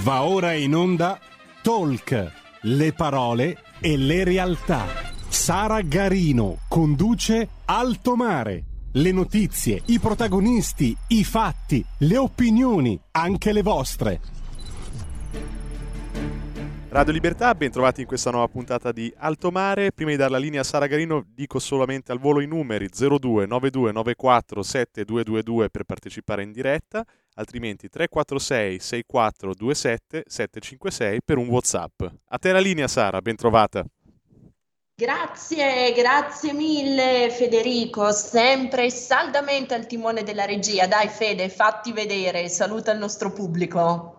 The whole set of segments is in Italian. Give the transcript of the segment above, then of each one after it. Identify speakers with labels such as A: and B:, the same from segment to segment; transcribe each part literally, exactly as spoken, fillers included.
A: Va ora in onda Talk, le parole e le realtà. Sara Garino conduce Alto Mare. Le notizie, i protagonisti, i fatti, le opinioni, anche le vostre.
B: Radio Libertà, ben trovati in questa nuova puntata di Alto Mare. Prima di dare la linea a Sara Garino dico solamente al volo i numeri zero due nove due nove quattro sette due due due per partecipare in diretta, altrimenti tre quattro sei sei quattro due sette sette cinque sei per un WhatsApp. A te la linea, Sara, ben trovata.
C: Grazie, grazie mille Federico, sempre saldamente al timone della regia. Dai Fede, fatti vedere, saluta il nostro pubblico.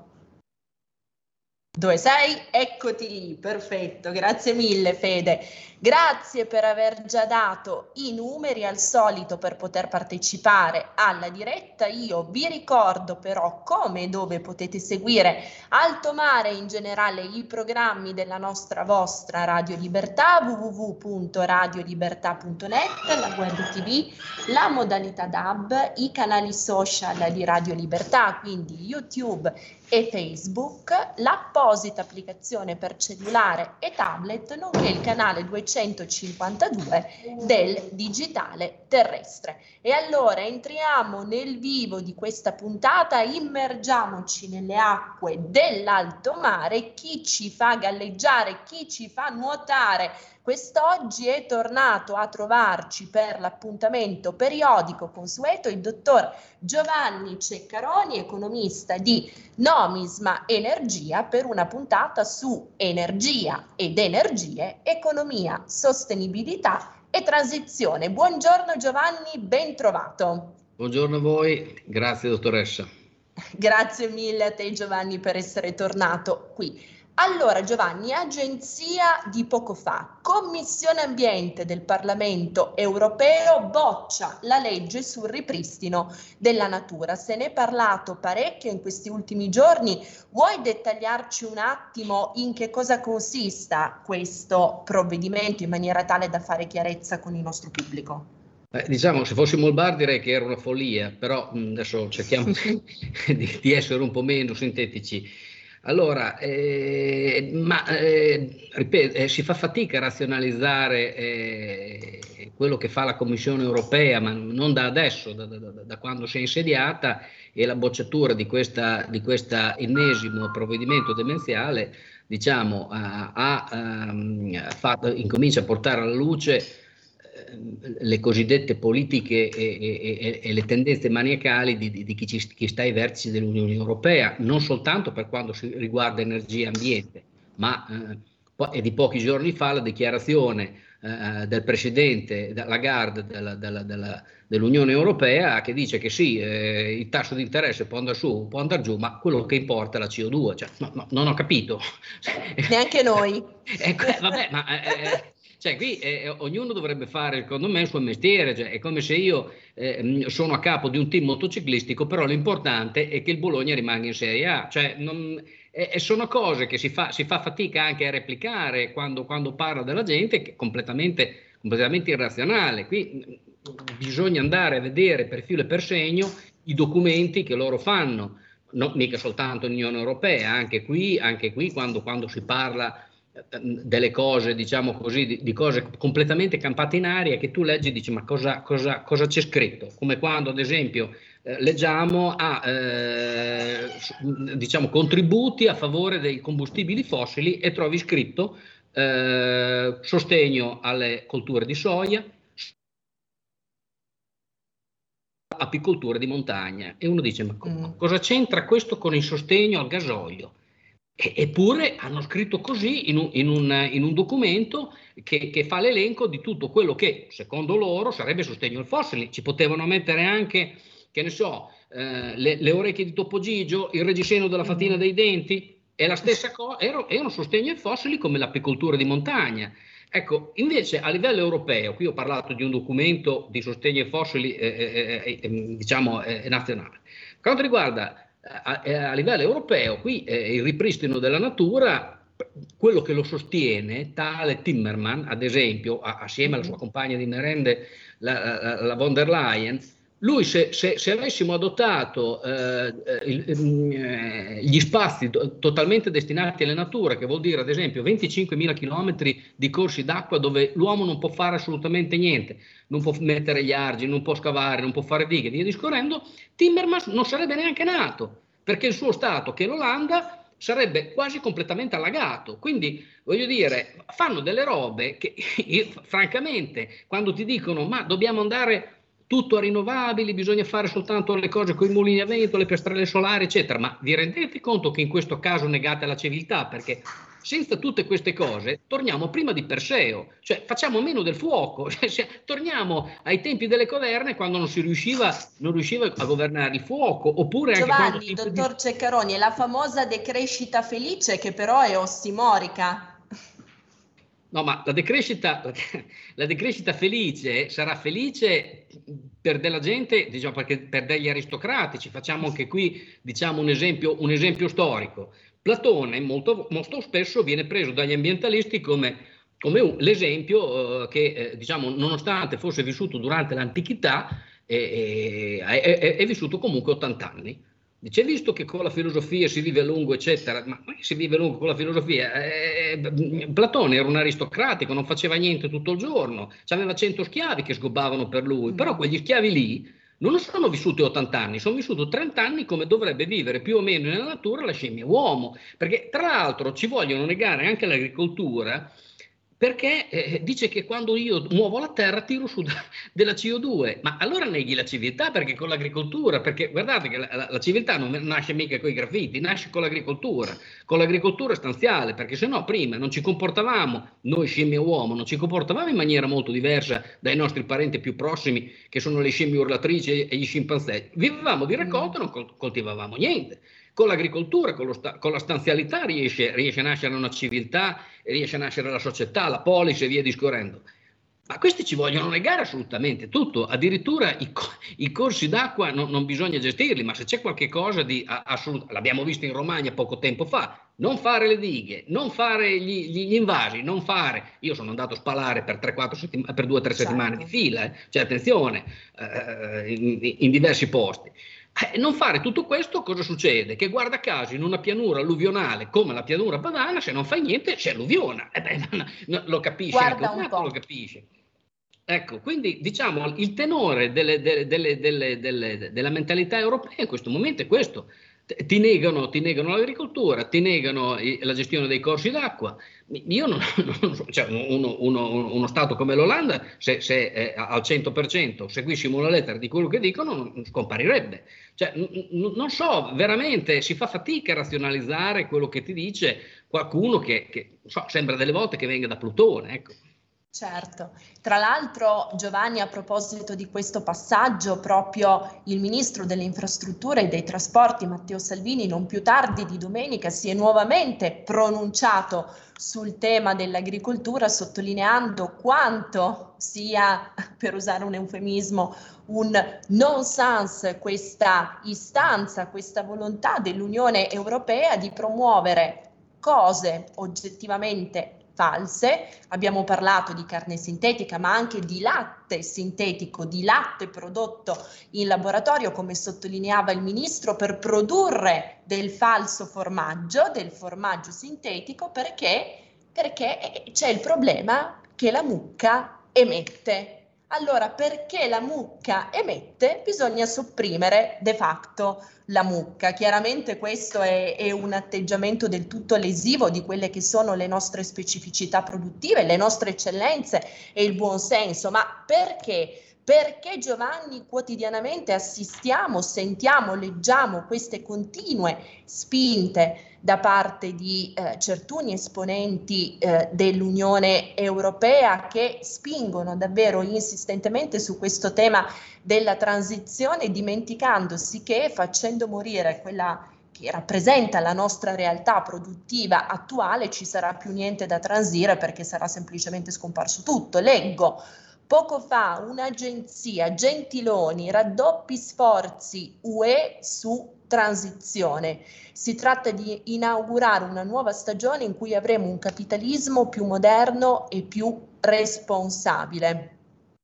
C: Dove sei? Eccoti lì, perfetto, grazie mille Fede. Grazie per aver già dato i numeri al solito per poter partecipare alla diretta. Io vi ricordo però come e dove potete seguire Alto Mare e in generale i programmi della nostra vostra Radio Libertà, w w w punto radio libertà punto net, la web tv, la modalità D A B, i canali social di Radio Libertà, quindi YouTube e Facebook, l'apposita applicazione per cellulare e tablet, nonché il canale duecentocinquantadue del digitale terrestre. E allora entriamo nel vivo di questa puntata, immergiamoci nelle acque dell'alto mare. Chi ci fa galleggiare, chi ci fa nuotare, quest'oggi è tornato a trovarci per l'appuntamento periodico consueto il dottor Giovanni Ceccaroni, economista di Nomisma Energia, per una puntata su energia ed energie, economia, sostenibilità e transizione. Buongiorno Giovanni, ben trovato.
D: Buongiorno a voi, grazie dottoressa.
C: Grazie mille a te Giovanni per essere tornato qui. Allora Giovanni, agenzia di poco fa, Commissione Ambiente del Parlamento Europeo boccia la legge sul ripristino della natura. Se ne è parlato parecchio in questi ultimi giorni. Vuoi dettagliarci un attimo in che cosa consista questo provvedimento in maniera tale da fare chiarezza con il nostro pubblico?
D: Eh, diciamo, se fossimo al bar direi che era una follia, però mh, adesso cerchiamo di, di essere un po' meno sintetici. Allora, eh, ma eh, ripeto, eh, si fa fatica a razionalizzare eh, quello che fa la Commissione Europea, ma non da adesso, da, da, da quando si è insediata, e la bocciatura di questa, di questa ennesimo provvedimento demenziale, diciamo, ha, ha, um, fatto, incomincia a portare alla luce le cosiddette politiche e, e, e le tendenze maniacali di, di, di chi, ci, chi sta ai vertici dell'Unione Europea, non soltanto per quanto si riguarda energia e ambiente, ma eh, è di pochi giorni fa la dichiarazione eh, del presidente Lagarde della, della, della, dell'Unione Europea, che dice che sì, eh, il tasso di interesse può andare su, può andare giù, ma quello che importa è la C O due. Cioè, no, no, non ho capito.
C: Neanche noi.
D: Ecco, vabbè, ma... Eh, Cioè, qui eh, ognuno dovrebbe fare, secondo me, il suo mestiere. Cioè, è come se io eh, sono a capo di un team motociclistico, però l'importante è che il Bologna rimanga in Serie A. Cioè, non, e, e sono cose che si fa, si fa fatica anche a replicare quando, quando parla della gente, che è completamente, completamente irrazionale. Qui bisogna andare a vedere per filo e per segno i documenti che loro fanno, no, mica soltanto l'Unione Europea, anche qui, anche qui quando, quando si parla delle cose, diciamo così, di, di cose completamente campate in aria, che tu leggi e dici ma cosa, cosa, cosa c'è scritto? Come quando ad esempio eh, leggiamo a eh, diciamo contributi a favore dei combustibili fossili e trovi scritto eh, sostegno alle colture di soia, apicoltura di montagna, e uno dice ma co- cosa c'entra questo con il sostegno al gasolio? Eppure hanno scritto così in un, in un, in un documento che, che fa l'elenco di tutto quello che secondo loro sarebbe sostegno ai fossili. Ci potevano mettere anche, che ne so, eh, le, le orecchie di Topo Gigio, il reggiseno della fatina dei denti, è la stessa cosa, era, era un sostegno ai fossili come l'apicoltura di montagna. Ecco, invece a livello europeo, qui ho parlato di un documento di sostegno ai fossili eh, eh, eh, diciamo eh, nazionale. Per quanto riguarda A, a livello europeo, qui eh, il ripristino della natura, quello che lo sostiene, tale Timmermans, ad esempio, a, assieme alla sua compagna di merende, la, la, la von der Leyen, Lui, se, se, se avessimo adottato eh, il, eh, gli spazi to- totalmente destinati alla natura, che vuol dire ad esempio venticinquemila chilometri di corsi d'acqua dove l'uomo non può fare assolutamente niente, non può mettere gli argini, non può scavare, non può fare dighe, via discorrendo, Timmermans non sarebbe neanche nato, perché il suo stato, che è l'Olanda, sarebbe quasi completamente allagato. Quindi, voglio dire, fanno delle robe che io, francamente, quando ti dicono ma dobbiamo andare tutto a rinnovabili, bisogna fare soltanto le cose con i mulini a vento, le piastrelle solari, eccetera, ma vi rendete conto che in questo caso negate la civiltà? Perché senza tutte queste cose torniamo prima di Perseo, cioè facciamo meno del fuoco, cioè, torniamo ai tempi delle caverne quando non si riusciva, non riusciva a governare il fuoco, oppure anche
C: Giovanni,
D: quando...
C: dottor Ceccaroni, è la famosa decrescita felice che però è ossimorica.
D: No, ma la decrescita, la decrescita felice sarà felice per della gente, diciamo, perché per degli aristocratici. Facciamo anche qui, diciamo, un esempio, un esempio storico. Platone molto, molto spesso viene preso dagli ambientalisti come, come un, l'esempio eh, che, eh, diciamo, nonostante fosse vissuto durante l'antichità, eh, eh, è, è, è vissuto comunque ottanta anni. Dice, visto che con la filosofia si vive a lungo, eccetera, ma non è che si vive a lungo con la filosofia? Eh, Platone era un aristocratico, non faceva niente tutto il giorno, aveva cento schiavi che sgobbavano per lui, però quegli schiavi lì non sono vissuti ottanta anni, sono vissuti trenta anni come dovrebbe vivere più o meno nella natura la scimmia uomo, perché tra l'altro ci vogliono negare anche l'agricoltura, perché eh, dice che quando io muovo la terra tiro su della C O due, ma allora neghi la civiltà, perché con l'agricoltura, perché guardate che la, la, la civiltà non nasce mica con i graffiti, nasce con l'agricoltura, con l'agricoltura stanziale, perché se no prima non ci comportavamo, noi scimmie uomo, non ci comportavamo in maniera molto diversa dai nostri parenti più prossimi, che sono le scimmie urlatrici e gli scimpanzé, vivevamo di raccolta e non col- coltivavamo niente. Con l'agricoltura, con, lo sta- con la stanzialità riesce, riesce a nascere una civiltà, riesce a nascere la società, la polis e via discorrendo. Ma questi ci vogliono negare assolutamente tutto, addirittura i, co- i corsi d'acqua non, non bisogna gestirli, ma se c'è qualche cosa di assoluto, l'abbiamo visto in Romagna poco tempo fa, non fare le dighe, non fare gli, gli, gli invasi, non fare, io sono andato a spalare per, tre, quattro settim- per due o tre settimane
C: Certo.
D: di fila, eh, cioè attenzione, eh, in, in diversi posti. Eh, non fare tutto questo, cosa succede? Che guarda caso in una pianura alluvionale come la pianura padana, se non fai niente si alluviona. Eh beh, no, no, lo capisce,
C: Guarda
D: anche un
C: un
D: altro
C: po'.
D: lo capisce. Ecco, quindi diciamo il tenore delle, delle, delle, delle, delle, della mentalità europea in questo momento è questo. Ti negano, ti negano l'agricoltura, ti negano la gestione dei corsi d'acqua. Io non, non so, cioè uno, uno, uno Stato come l'Olanda, se, se eh, al cento per cento seguissimo la lettera di quello che dicono, non scomparirebbe. Cioè, n- non so, veramente si fa fatica a razionalizzare quello che ti dice qualcuno che, che so, sembra delle volte che venga da Plutone, ecco.
C: Certo, tra l'altro Giovanni, a proposito di questo passaggio, proprio il ministro delle infrastrutture e dei trasporti Matteo Salvini non più tardi di domenica si è nuovamente pronunciato sul tema dell'agricoltura, sottolineando quanto sia, per usare un eufemismo, un non-sens questa istanza, questa volontà dell'Unione Europea di promuovere cose oggettivamente false. Abbiamo parlato di carne sintetica, ma anche di latte sintetico, di latte prodotto in laboratorio, come sottolineava il ministro, per produrre del falso formaggio, del formaggio sintetico, perché, perché c'è il problema che la mucca emette. Allora, perché la mucca emette, bisogna sopprimere de facto la mucca. Chiaramente questo è, è un atteggiamento del tutto lesivo di quelle che sono le nostre specificità produttive, le nostre eccellenze e il buon senso. Ma perché? Perché, Giovanni, quotidianamente assistiamo, sentiamo, leggiamo queste continue spinte da parte di eh, certuni esponenti eh, dell'Unione Europea che spingono davvero insistentemente su questo tema della transizione, dimenticandosi che facendo morire quella che rappresenta la nostra realtà produttiva attuale ci sarà più niente da transire, perché sarà semplicemente scomparso tutto. Leggo poco fa un'agenzia, Gentiloni, raddoppi sforzi U E su transizione. Si tratta di inaugurare una nuova stagione in cui avremo un capitalismo più moderno e più responsabile.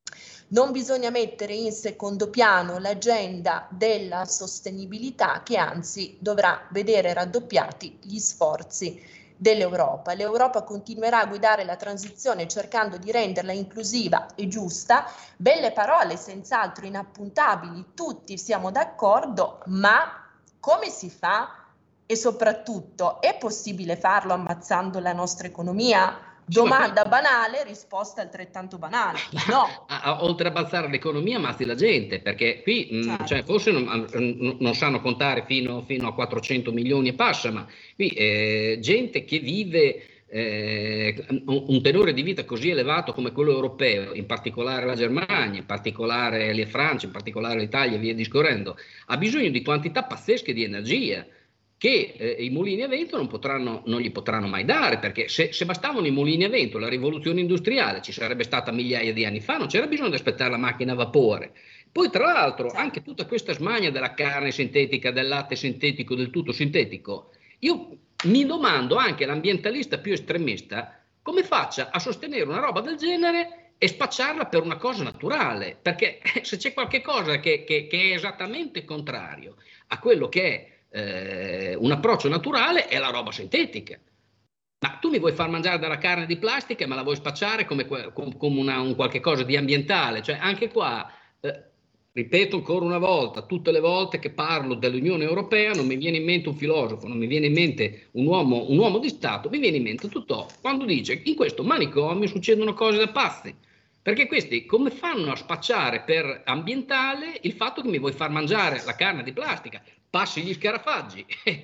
C: Non bisogna mettere in secondo piano l'agenda della sostenibilità, che anzi dovrà vedere raddoppiati gli sforzi dell'Europa. L'Europa continuerà a guidare la transizione cercando di renderla inclusiva e giusta. Belle parole, senz'altro inappuntabili, tutti siamo d'accordo, ma come si fa? E soprattutto, è possibile farlo ammazzando la nostra economia? Domanda banale, risposta altrettanto banale. No.
D: A, a, oltre a abbassare l'economia, ammazzi la gente, perché qui certo. mh, cioè, forse non, non sanno contare fino, fino a quattrocento milioni e passa, ma qui eh, gente che vive eh, un, un tenore di vita così elevato come quello europeo, in particolare la Germania, in particolare la Francia, in particolare l'Italia, via discorrendo, ha bisogno di quantità pazzesche di energia che eh, i mulini a vento non, potranno, non gli potranno mai dare, perché se, se bastavano i mulini a vento, la rivoluzione industriale ci sarebbe stata migliaia di anni fa, non c'era bisogno di aspettare la macchina a vapore. Poi tra l'altro anche tutta questa smania della carne sintetica, del latte sintetico, del tutto sintetico, io mi domando, anche l'ambientalista più estremista, come faccia a sostenere una roba del genere e spacciarla per una cosa naturale, perché se c'è qualche cosa che, che, che è esattamente contrario a quello che è Eh, un approccio naturale, è la roba sintetica. Ma tu mi vuoi far mangiare della carne di plastica e me la vuoi spacciare come, come una, un qualche cosa di ambientale? Cioè anche qua, eh, ripeto ancora una volta, tutte le volte che parlo dell'Unione Europea non mi viene in mente un filosofo, non mi viene in mente un uomo, un uomo di Stato, mi viene in mente Totò quando dice: in questo manicomio succedono cose da pazzi. Perché questi come fanno a spacciare per ambientale il fatto che mi vuoi far mangiare la carne di plastica? Passi gli scarafaggi,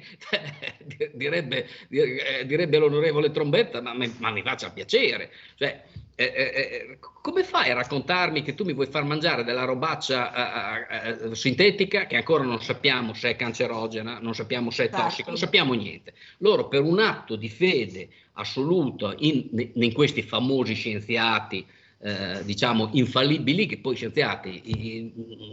D: direbbe, direbbe l'onorevole Trombetta, ma, ma mi faccia piacere. Cioè, eh, eh, come fai a raccontarmi che tu mi vuoi far mangiare della robaccia eh, eh, sintetica che ancora non sappiamo se è cancerogena, non sappiamo se è tossica, non sappiamo niente. Loro, per un atto di fede assoluto in, in questi famosi scienziati, Eh, diciamo infallibili, che poi scienziati il,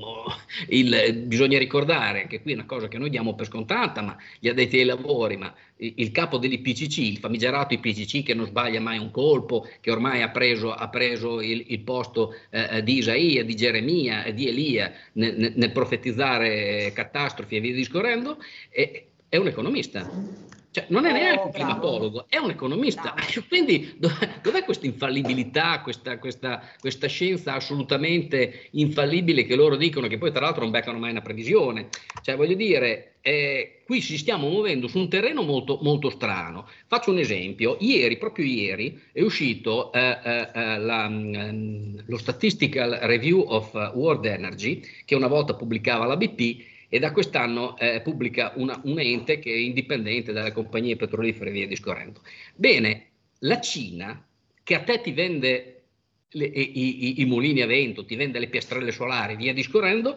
D: il, bisogna ricordare che qui è una cosa che noi diamo per scontata, ma gli addetti ai lavori, ma il, il capo dell'I P C C, il famigerato I P C C che non sbaglia mai un colpo, che ormai ha preso, ha preso il, il posto eh, di Isaia, di Geremia e di Elia nel, nel profetizzare catastrofi e via discorrendo, è, è un economista. Cioè, non è neanche un climatologo, è un economista. Bravo. Quindi dov- dov'è questa infallibilità, questa, questa, questa scienza assolutamente infallibile che loro dicono, che poi tra l'altro non beccano mai una previsione? Cioè, voglio dire, eh, qui ci stiamo muovendo su un terreno molto, molto strano. Faccio un esempio. Ieri, proprio ieri, è uscito eh, eh, la, um, lo Statistical Review of World Energy, che una volta pubblicava la B P, e da quest'anno eh, pubblica una, un ente che è indipendente dalle compagnie petrolifere e via discorrendo. Bene, la Cina, che a te ti vende le, i, i, i mulini a vento, ti vende le piastrelle solari, via discorrendo,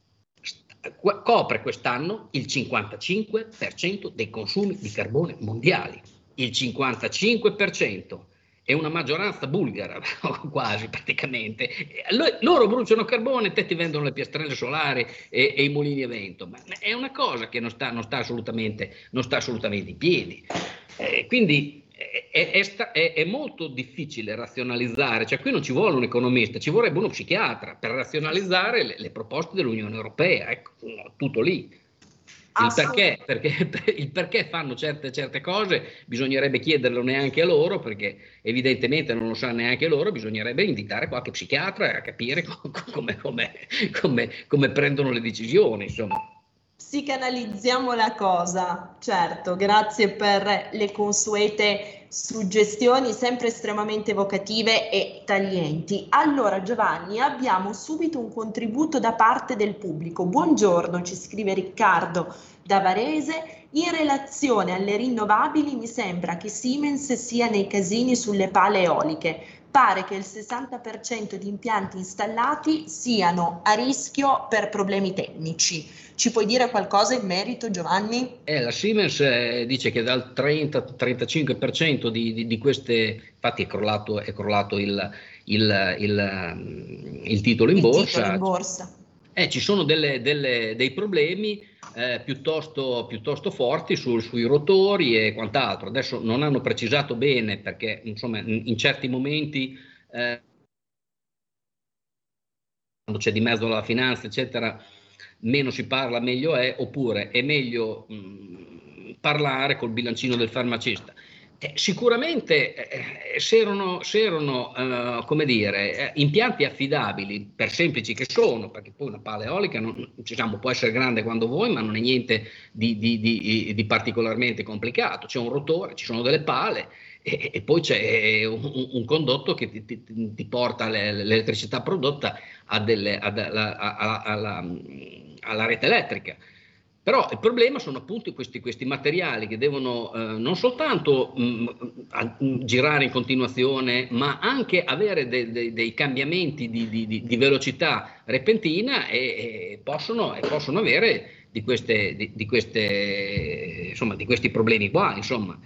D: st- copre quest'anno il cinquantacinque per cento dei consumi di carbone mondiali. Il cinquantacinque per cento. È una maggioranza bulgara, quasi praticamente. Loro bruciano carbone, te ti vendono le piastrelle solari e, e i mulini a vento, ma è una cosa che non sta, non sta, assolutamente, non sta assolutamente in piedi. Eh, quindi è, è, è, è molto difficile razionalizzare, cioè qui non ci vuole un economista, ci vorrebbe uno psichiatra per razionalizzare le, le proposte dell'Unione Europea, ecco, tutto lì. Il perché, perché, il perché fanno certe, certe cose bisognerebbe chiederlo neanche a loro, perché evidentemente non lo sanno neanche loro, bisognerebbe invitare qualche psichiatra a capire come, come, come, come prendono le decisioni, insomma.
C: Psicanalizziamo la cosa, certo, grazie per le consuete suggestioni, sempre estremamente evocative e taglienti. Allora Giovanni, abbiamo subito un contributo da parte del pubblico. Buongiorno, ci scrive Riccardo da Varese. In relazione alle rinnovabili mi sembra che Siemens sia nei casini sulle pale eoliche. Pare che il sessanta per cento di impianti installati siano a rischio per problemi tecnici. Ci puoi dire qualcosa in merito, Giovanni?
D: Eh, la Siemens eh, dice che dal trenta trentacinque per cento di, di, di queste, infatti è crollato, è crollato il, il, il, il titolo in
C: il
D: borsa.
C: Titolo in borsa.
D: Eh, ci sono delle, delle, dei problemi eh, piuttosto, piuttosto forti su, sui rotori e quant'altro. Adesso non hanno precisato bene perché insomma in, in certi momenti eh, c'è di mezzo la finanza, eccetera, meno si parla, meglio è, oppure è meglio mh, parlare col bilancino del farmacista. Eh, sicuramente eh, se erano, se erano eh, come dire, eh, impianti affidabili, per semplici che sono, perché poi una pala eolica non, diciamo, può essere grande quando vuoi, ma non è niente di, di, di, di particolarmente complicato. C'è un rotore, ci sono delle pale e, e poi c'è un, un condotto che ti, ti, ti porta le, l'elettricità prodotta a delle, a, a, a, alla, alla rete elettrica. Però il problema sono appunto questi, questi materiali che devono eh, non soltanto mh, a, mh, girare in continuazione, ma anche avere de, de, dei cambiamenti di, di, di, di velocità repentina e, e, possono, e possono avere di, queste, di, di, queste, insomma, di questi problemi qua. Insomma.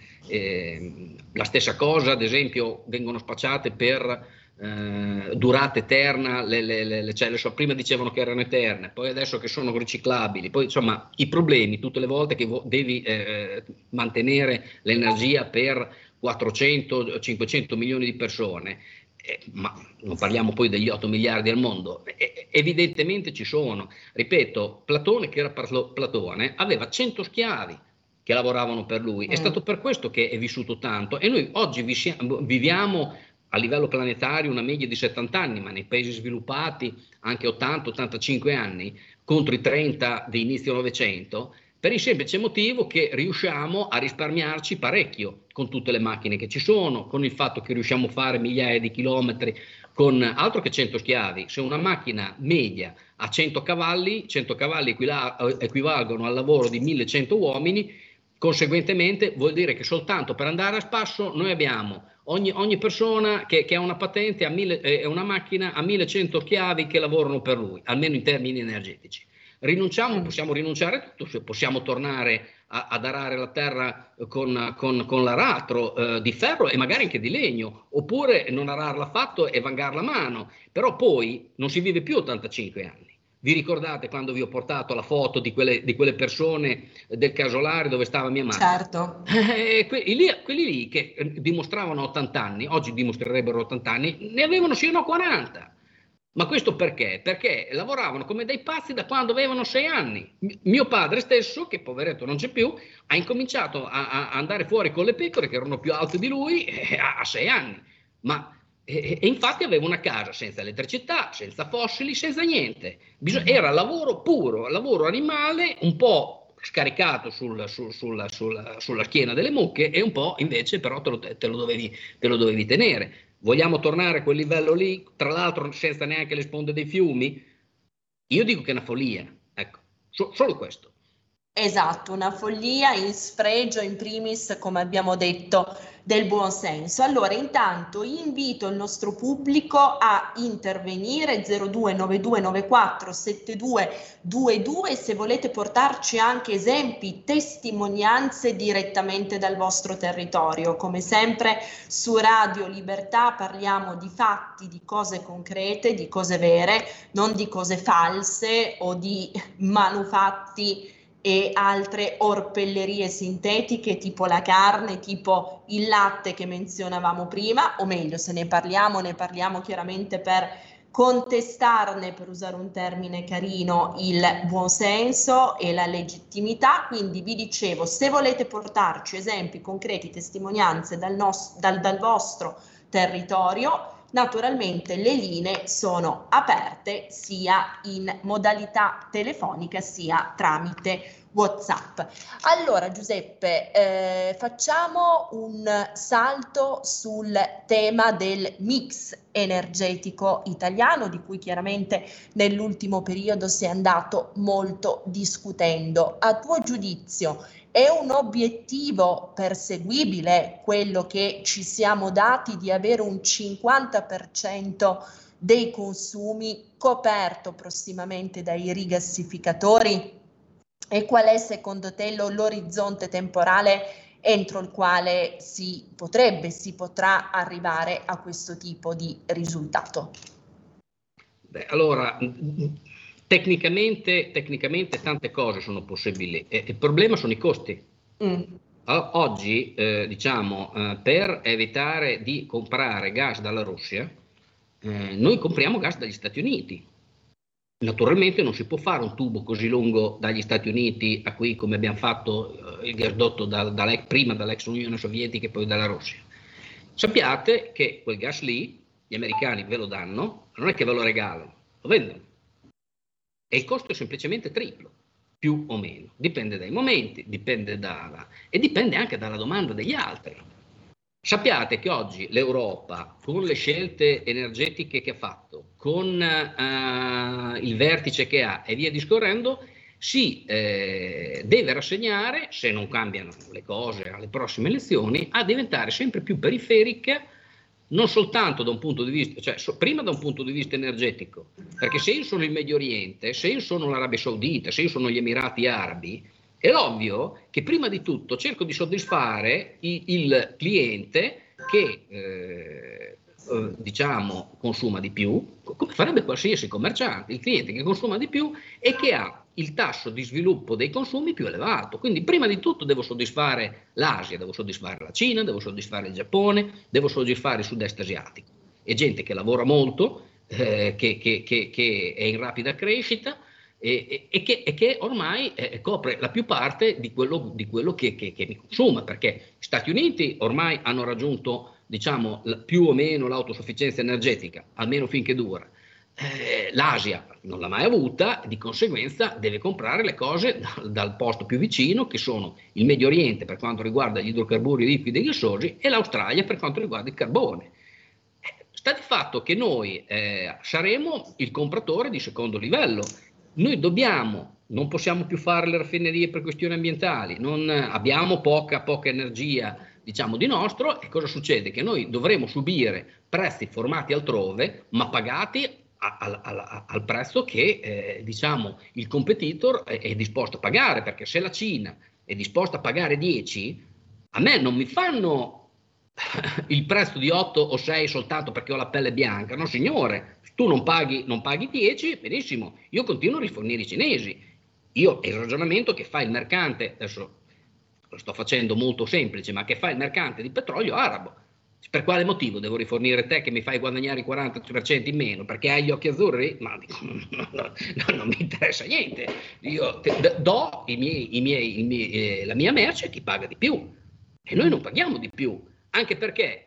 D: Eh, la stessa cosa, ad esempio, vengono spacciate per Eh, durata eterna le, le, le, le celle, so, prima dicevano che erano eterne, poi adesso che sono riciclabili, poi insomma i problemi tutte le volte che vo- devi eh, mantenere l'energia per quattrocento cinquecento milioni di persone, eh, ma non parliamo poi degli otto miliardi al mondo, eh, evidentemente ci sono. Ripeto, Platone, che era Platone, aveva cento schiavi che lavoravano per lui, mm. È stato per questo che è vissuto tanto, e noi oggi vi- viviamo a livello planetario una media di settanta anni, ma nei paesi sviluppati anche ottanta ottantacinque anni, contro i trenta di inizio Novecento, per il semplice motivo che riusciamo a risparmiarci parecchio con tutte le macchine che ci sono, con il fatto che riusciamo a fare migliaia di chilometri con altro che cento schiavi. Se una macchina media ha cento cavalli, cento cavalli equivalgono al lavoro di millecento uomini, conseguentemente vuol dire che soltanto per andare a spasso noi abbiamo Ogni, ogni persona che, che ha una patente, ha mille, eh, una macchina, ha millecento schiavi che lavorano per lui, almeno in termini energetici. Rinunciamo, possiamo rinunciare a tutto, possiamo tornare a, ad arare la terra con, con, con l'aratro eh, di ferro e magari anche di legno, oppure non ararla affatto e vangarla a mano, però poi non si vive più ottantacinque anni. Vi ricordate quando vi ho portato la foto di quelle, di quelle persone del casolare dove stava mia madre?
C: Certo.
D: Eh, quelli, lì, quelli lì che dimostravano ottanta anni, oggi dimostrerebbero ottanta anni, ne avevano sino a quaranta. Ma questo perché? Perché lavoravano come dei pazzi da quando avevano sei anni. M- mio padre stesso, che poveretto non c'è più, ha incominciato a, a andare fuori con le pecore che erano più alte di lui eh, a, a sei anni. Ma E, e infatti aveva una casa senza elettricità, senza fossili, senza niente. Bisog- era lavoro puro, lavoro animale, un po' scaricato sul, sul, sulla, sulla, sulla schiena delle mucche e un po' invece però te lo, te lo, dovevi, te lo dovevi tenere. Vogliamo tornare a quel livello lì, tra l'altro senza neanche le sponde dei fiumi? Io dico che è una follia, ecco, so, solo questo.
C: Esatto, una follia in sfregio in primis, come abbiamo detto, del buon senso. Allora, intanto invito il nostro pubblico a intervenire zero due nove due nove quattro sette due due due se volete portarci anche esempi, testimonianze direttamente dal vostro territorio. Come sempre su Radio Libertà parliamo di fatti, di cose concrete, di cose vere, non di cose false o di manufatti e altre orpellerie sintetiche tipo la carne, tipo il latte che menzionavamo prima, o meglio, se ne parliamo, ne parliamo chiaramente per contestarne, per usare un termine carino, il buonsenso e la legittimità. Quindi vi dicevo, se volete portarci esempi concreti, testimonianze dal, nos- dal, dal vostro territorio, naturalmente le linee sono aperte sia in modalità telefonica sia tramite WhatsApp. Allora Giuseppe, eh, facciamo un salto sul tema del mix energetico italiano, di cui chiaramente nell'ultimo periodo si è andato molto discutendo. A tuo giudizio, è un obiettivo perseguibile quello che ci siamo dati di avere un cinquanta per cento dei consumi coperto prossimamente dai rigassificatori? E qual è secondo te l'orizzonte temporale entro il quale si potrebbe, si potrà arrivare a questo tipo di risultato?
D: Beh, allora, tecnicamente, tecnicamente tante cose sono possibili. E il problema sono i costi. Mm. Oggi, eh, diciamo, eh, per evitare di comprare gas dalla Russia, eh, noi compriamo gas dagli Stati Uniti. Naturalmente non si può fare un tubo così lungo dagli Stati Uniti a qui come abbiamo fatto eh, il gasdotto da, da, prima dall'ex Unione Sovietica e poi dalla Russia. Sappiate che quel gas lì, gli americani ve lo danno, non è che ve lo regalano, lo vendono. E il costo è semplicemente triplo, più o meno. Dipende dai momenti, dipende da, e dipende anche dalla domanda degli altri. Sappiate che oggi l'Europa, con le scelte energetiche che ha fatto, con uh, il vertice che ha e via discorrendo, si eh, deve rassegnare, se non cambiano le cose alle prossime elezioni, a diventare sempre più periferica, non soltanto da un punto di vista, cioè so, prima da un punto di vista energetico, perché se io sono il Medio Oriente, se io sono l'Arabia Saudita, se io sono gli Emirati Arabi, è ovvio che prima di tutto cerco di soddisfare il, il cliente che eh, eh, diciamo consuma di più, come farebbe qualsiasi commerciante, il cliente che consuma di più e che ha il tasso di sviluppo dei consumi più elevato. Quindi prima di tutto devo soddisfare l'Asia, devo soddisfare la Cina, devo soddisfare il Giappone, devo soddisfare il sud-est asiatico. È gente che lavora molto, eh, che, che, che, che è in rapida crescita, E, e, e, che, e che ormai eh, copre la più parte di quello, di quello che, che, che mi consuma, perché gli Stati Uniti ormai hanno raggiunto, diciamo, la, più o meno l'autosufficienza energetica, almeno finché dura. Eh, L'Asia non l'ha mai avuta, di conseguenza deve comprare le cose dal, dal posto più vicino, che sono il Medio Oriente per quanto riguarda gli idrocarburi liquidi e gassosi e l'Australia per quanto riguarda il carbone. Eh, sta di fatto che noi eh, saremo il compratore di secondo livello. Noi dobbiamo, non possiamo più fare le raffinerie per questioni ambientali, non abbiamo poca, poca energia, diciamo, di nostro, e cosa succede? Che noi dovremo subire prezzi formati altrove, ma pagati a, a, a, al prezzo che, eh, diciamo, il competitor è, è disposto a pagare, perché se la Cina è disposta a pagare dieci, a me non mi fanno il prezzo di otto o sei soltanto perché ho la pelle bianca, no signore, tu non paghi, non paghi dieci, benissimo, io continuo a rifornire i cinesi. Io è il ragionamento che fa il mercante, adesso lo sto facendo molto semplice, ma che fa il mercante di petrolio arabo. Per quale motivo devo rifornire te che mi fai guadagnare il quaranta per cento in meno? Perché hai gli occhi azzurri? Ma dico, no, no, no, non mi interessa niente, io te, do i miei, i miei, i miei, eh, la mia merce a chi paga di più e noi non paghiamo di più. Anche perché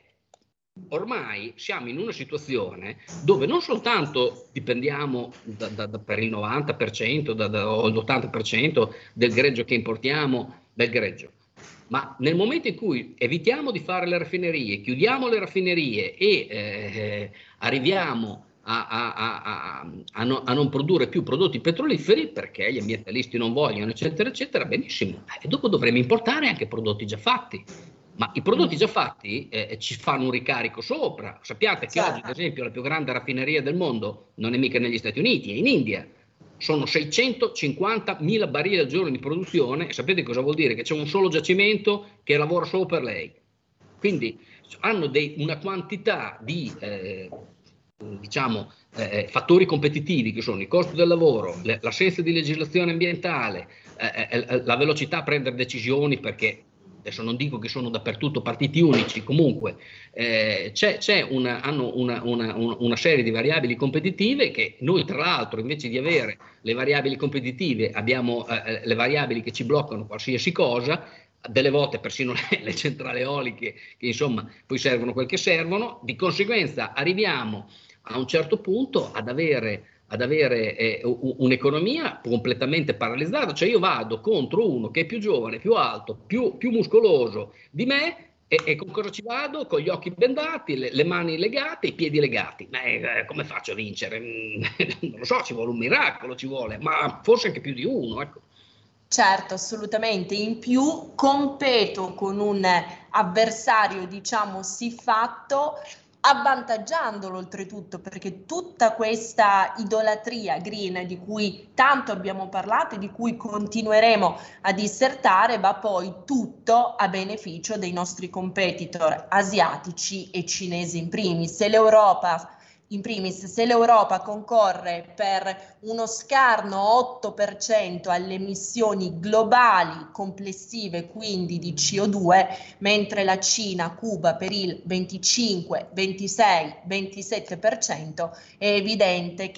D: ormai siamo in una situazione dove non soltanto dipendiamo da, da, da per il novanta per cento da, da, o l'ottanta per cento del greggio che importiamo del greggio, ma nel momento in cui evitiamo di fare le raffinerie, chiudiamo le raffinerie e eh, arriviamo a, a, a, a, a, no, a non produrre più prodotti petroliferi perché gli ambientalisti non vogliono, eccetera, eccetera, benissimo. E dopo dovremo importare anche prodotti già fatti. Ma i prodotti già fatti eh, ci fanno un ricarico sopra. Sappiate che oggi, ad esempio, la più grande raffineria del mondo non è mica negli Stati Uniti, è in India. Sono seicentocinquantamila barili al giorno di produzione e sapete cosa vuol dire? Che c'è un solo giacimento che lavora solo per lei. Quindi hanno dei, una quantità di eh, diciamo, eh, fattori competitivi che sono il costo del lavoro, le, l'assenza di legislazione ambientale, eh, eh, la velocità a prendere decisioni, perché adesso non dico che sono dappertutto partiti unici, comunque eh, c'è, c'è una, hanno una, una, una serie di variabili competitive che noi tra l'altro invece di avere le variabili competitive abbiamo eh, le variabili che ci bloccano qualsiasi cosa, delle volte persino le, le centrali eoliche che insomma poi servono quel che servono, di conseguenza arriviamo a un certo punto ad avere ad avere eh, un'economia completamente paralizzata, cioè io vado contro uno che è più giovane, più alto, più, più muscoloso di me e, e con cosa ci vado? Con gli occhi bendati, le, le mani legate, i piedi legati. Ma eh, come faccio a vincere? Non lo so, ci vuole un miracolo, ci vuole, ma forse anche più di uno, ecco.
C: Certo, assolutamente. In più competo con un avversario, diciamo, siffatto, avvantaggiandolo oltretutto, perché tutta questa idolatria green di cui tanto abbiamo parlato e di cui continueremo a dissertare va poi tutto a beneficio dei nostri competitor asiatici e cinesi in primis. Se l'Europa In primis, se l'Europa concorre per uno scarno otto per cento alle emissioni globali complessive, quindi di C O due, mentre la Cina cuba per il venticinque, ventisei, ventisette per cento, è evidente che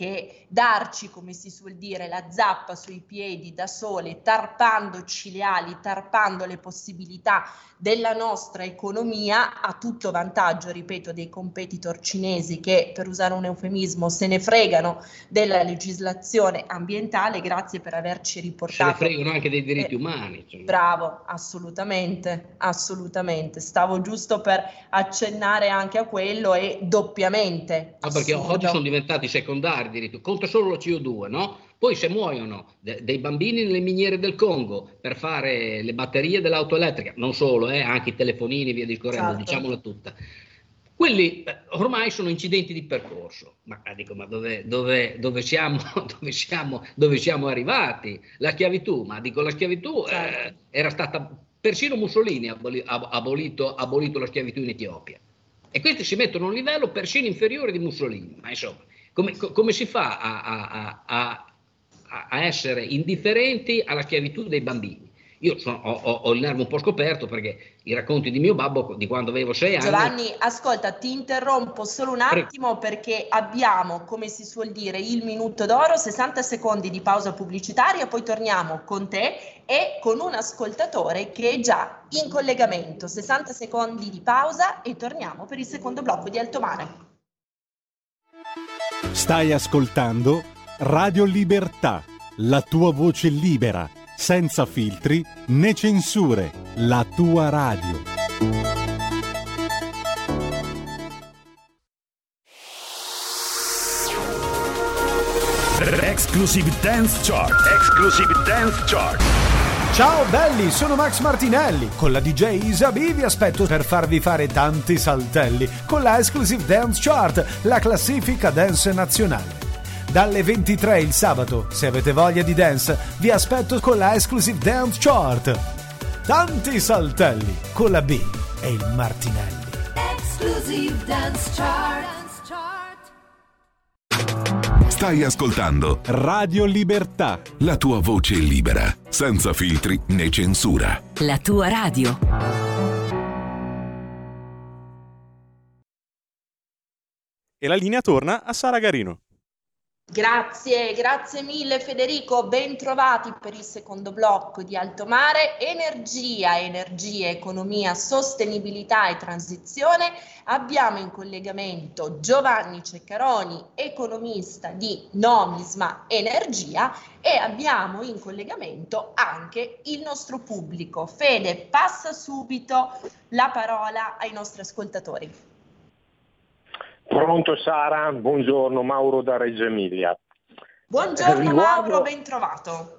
C: darci, come si suol dire, la zappa sui piedi da sole, tarpandoci le ali, tarpando le possibilità della nostra economia, a tutto vantaggio, ripeto, dei competitor cinesi che, per usare un eufemismo, se ne fregano della legislazione ambientale. Grazie per averci riportato.
D: Se ne fregano anche dei diritti eh, umani. Cioè.
C: Bravo, assolutamente, assolutamente. Stavo giusto per accennare anche a quello e doppiamente.
D: No, perché
C: assurdo.
D: Oggi sono diventati secondari addirittura, conta solo la C O due, no? Poi se muoiono de- dei bambini nelle miniere del Congo per fare le batterie dell'auto elettrica, non solo, eh, anche i telefonini e via discorrendo,
C: Esatto.
D: diciamola tutta. Quelli eh, ormai sono incidenti di percorso. Ma dico, ma dove, dove, dove, siamo, dove, siamo, dove siamo arrivati? La schiavitù, ma dico, la schiavitù eh, era stata, persino Mussolini ha abolito, abolito la schiavitù in Etiopia. E questi si mettono a un livello persino inferiore di Mussolini. Ma insomma, come, come si fa a, a, a, a essere indifferenti alla schiavitù dei bambini? Io sono, ho, ho il nervo un po' scoperto perché i racconti di mio babbo di quando avevo sei anni.
C: Giovanni, ascolta, ti interrompo solo un attimo perché abbiamo, come si suol dire, il minuto d'oro, sessanta secondi di pausa pubblicitaria, poi torniamo con te e con un ascoltatore che è già in collegamento. sessanta secondi di pausa e torniamo per il secondo blocco di Altomare.
A: Stai ascoltando Radio Libertà, la tua voce libera, senza filtri né censure, la tua radio.
E: Exclusive Dance Chart. Exclusive Dance Chart.
F: Ciao belli, sono Max Martinelli. Con la D J Isabi vi aspetto per farvi fare tanti saltelli con la Exclusive Dance Chart, la classifica dance nazionale. Dalle ventitré il sabato, se avete voglia di dance, vi aspetto con la Exclusive Dance Chart. Tanti saltelli con la B e il Martinelli.
G: Exclusive Dance Chart.
E: Stai ascoltando
A: Radio Libertà,
E: la tua voce libera, senza filtri né censura.
G: La tua radio.
B: E la linea torna a Sara Garino.
C: Grazie, grazie mille Federico, ben trovati per il secondo blocco di Altomare. Energia, energia, economia, sostenibilità e transizione. Abbiamo in collegamento Giovanni Ceccaroni, economista di Nomisma Energia, e abbiamo in collegamento anche il nostro pubblico. Fede, passa subito la parola ai nostri ascoltatori.
H: Pronto Sara, buongiorno, Mauro da Reggio Emilia.
C: Buongiorno
H: riguardo,
C: Mauro, ben trovato.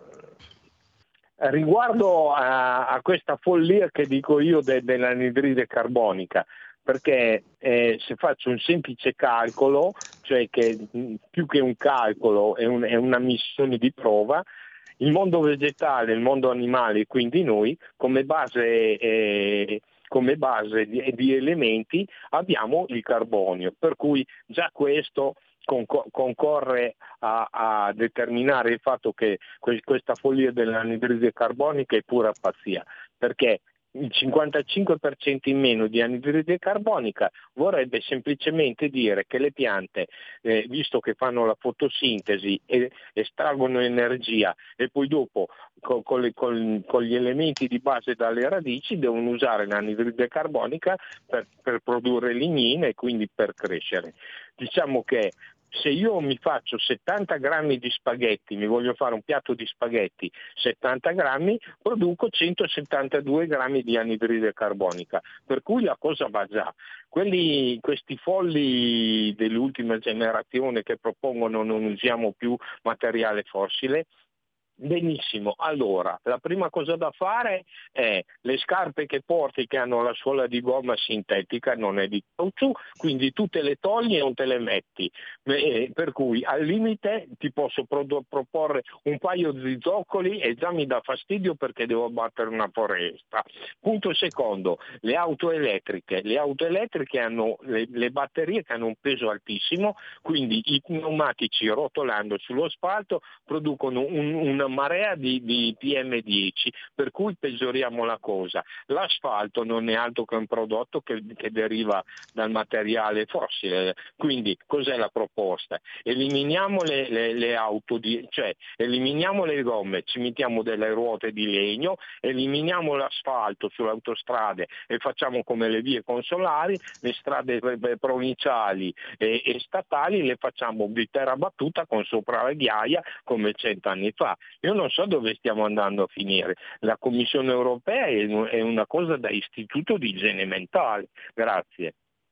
H: Riguardo a, a questa follia che dico io de, dell'anidride carbonica, perché eh, se faccio un semplice calcolo, cioè che mh, più che un calcolo è, un, è una missione di prova, il mondo vegetale, il mondo animale, quindi noi, come base... Eh, come base di, di elementi abbiamo il carbonio, per cui già questo concorre a, a determinare il fatto che questa follia dell'anidride carbonica è pura pazzia, perché il cinquantacinque per cento in meno di anidride carbonica vorrebbe semplicemente dire che le piante, eh, visto che fanno la fotosintesi e estraggono energia e poi dopo con, con, le, con, con gli elementi di base dalle radici devono usare l'anidride carbonica per, per produrre lignina e quindi per crescere. Diciamo che se io mi faccio settanta grammi di spaghetti, mi voglio fare un piatto di spaghetti, settanta grammi, produco centosettantadue grammi di anidride carbonica, per cui la cosa va già. Quelli, questi folli dell'ultima generazione che propongono non usiamo più materiale fossile, benissimo, allora la prima cosa da fare è le scarpe che porti che hanno la suola di gomma sintetica, non è di caucciù, quindi tu te le togli e non te le metti, eh, per cui al limite ti posso pro- proporre un paio di zoccoli e già mi dà fastidio perché devo battere una foresta. Punto secondo, le auto elettriche, le auto elettriche hanno le, le batterie che hanno un peso altissimo, quindi i pneumatici rotolando sullo asfalto producono un, un una marea di, di P M dieci, per cui peggioriamo la cosa. L'asfalto non è altro che un prodotto che, che deriva dal materiale fossile, quindi cos'è la proposta? Eliminiamo le, le, le auto, di, cioè eliminiamo le gomme, ci mettiamo delle ruote di legno, eliminiamo l'asfalto sulle autostrade e facciamo come le vie consolari, le strade provinciali e, e statali le facciamo di terra battuta con sopra la ghiaia come cent'anni fa. Io non so dove stiamo andando a finire. La Commissione europea è, è una cosa da istituto di igiene mentale. Grazie.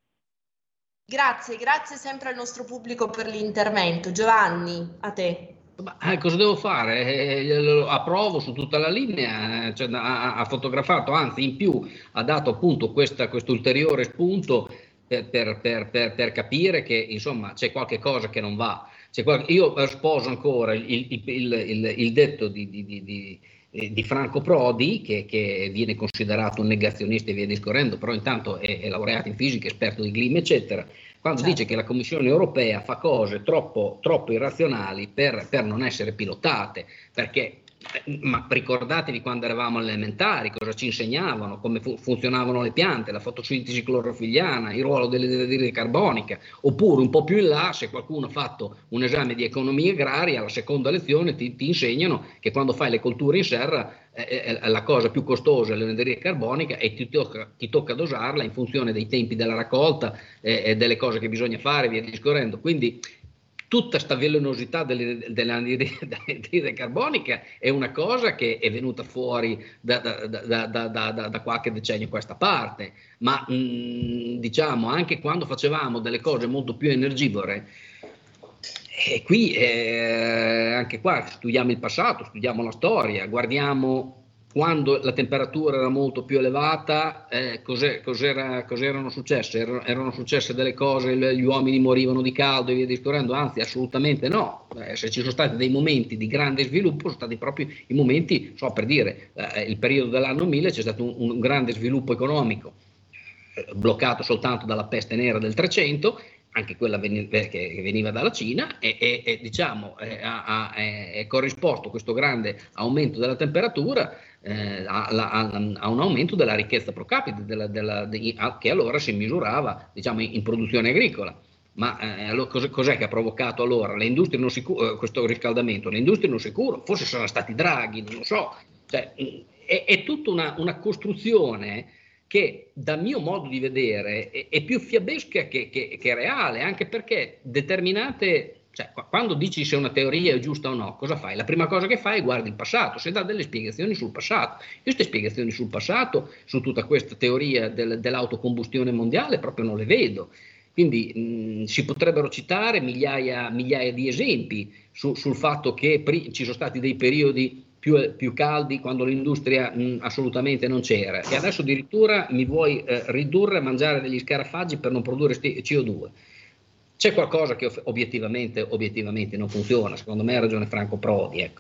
C: Grazie, grazie sempre al nostro pubblico per l'intervento. Giovanni, a te.
D: Ma, eh, cosa devo fare? Eh, approvo su tutta la linea, cioè, ha, ha fotografato, anzi in più ha dato appunto questo ulteriore spunto per, per, per, per, per capire che insomma c'è qualche cosa che non va. C'è qualche, io sposo ancora il, il, il, il, il detto di, di, di, di di Franco Prodi, che, che viene considerato un negazionista e via discorrendo, però intanto è, è laureato in fisica, esperto di clima, eccetera, quando certo. dice che la Commissione europea fa cose troppo, troppo irrazionali per, per non essere pilotate, perché ma ricordatevi quando eravamo alle elementari, cosa ci insegnavano, come fu- funzionavano le piante, la fotosintesi clorofilliana, il ruolo dell'anidride carbonica, oppure un po' più in là, se qualcuno ha fatto un esame di economia agraria, alla seconda lezione ti, ti insegnano che quando fai le colture in serra eh, eh, la cosa più costosa è l'anidride carbonica e ti tocca, ti tocca dosarla in funzione dei tempi della raccolta e eh, delle cose che bisogna fare, via discorrendo. Quindi tutta sta velenosità dell'anidride carbonica è una cosa che è venuta fuori da, da, da, da, da, da qualche decennio a questa parte, ma mh, diciamo anche quando facevamo delle cose molto più energivore, e qui eh, anche qua studiamo il passato, studiamo la storia, guardiamo quando la temperatura era molto più elevata, eh, cos'è, cos'era, cos'erano successe? Erano, erano successe delle cose, gli uomini morivano di caldo e via discorrendo? Anzi, assolutamente no. Eh, se ci sono stati dei momenti di grande sviluppo, sono stati proprio i momenti, so per dire, eh, il periodo dell'anno mille c'è stato un, un grande sviluppo economico, eh, bloccato soltanto dalla peste nera del trecento, anche quella veni- che veniva dalla Cina, e, e, e diciamo eh, ha, ha, è corrisposto questo grande aumento della temperatura eh, a, a, a un aumento della ricchezza pro capite, della, della, de, a, che allora si misurava diciamo in, in produzione agricola. Ma eh, allora, cos- cos'è che ha provocato allora le industrie non sicuro, eh, questo riscaldamento? Le industrie non sicuro, forse saranno stati Draghi, non lo so. Cioè, è, è tutta una, una costruzione che dal mio modo di vedere è, è più fiabesca che, che, che reale, anche perché determinate, cioè quando dici se una teoria è giusta o no, cosa fai? La prima cosa che fai è guardi il passato, se dà delle spiegazioni sul passato. Io queste spiegazioni sul passato, su tutta questa teoria del, dell'autocombustione mondiale, proprio non le vedo. Quindi mh, si potrebbero citare migliaia, migliaia di esempi su, sul fatto che pri- ci sono stati dei periodi Più, più caldi quando l'industria mh, assolutamente non c'era, e adesso addirittura mi vuoi eh, ridurre a mangiare degli scarafaggi per non produrre sti- C O due. C'è qualcosa che obiettivamente, obiettivamente non funziona, secondo me ha ragione Franco Prodi, ecco.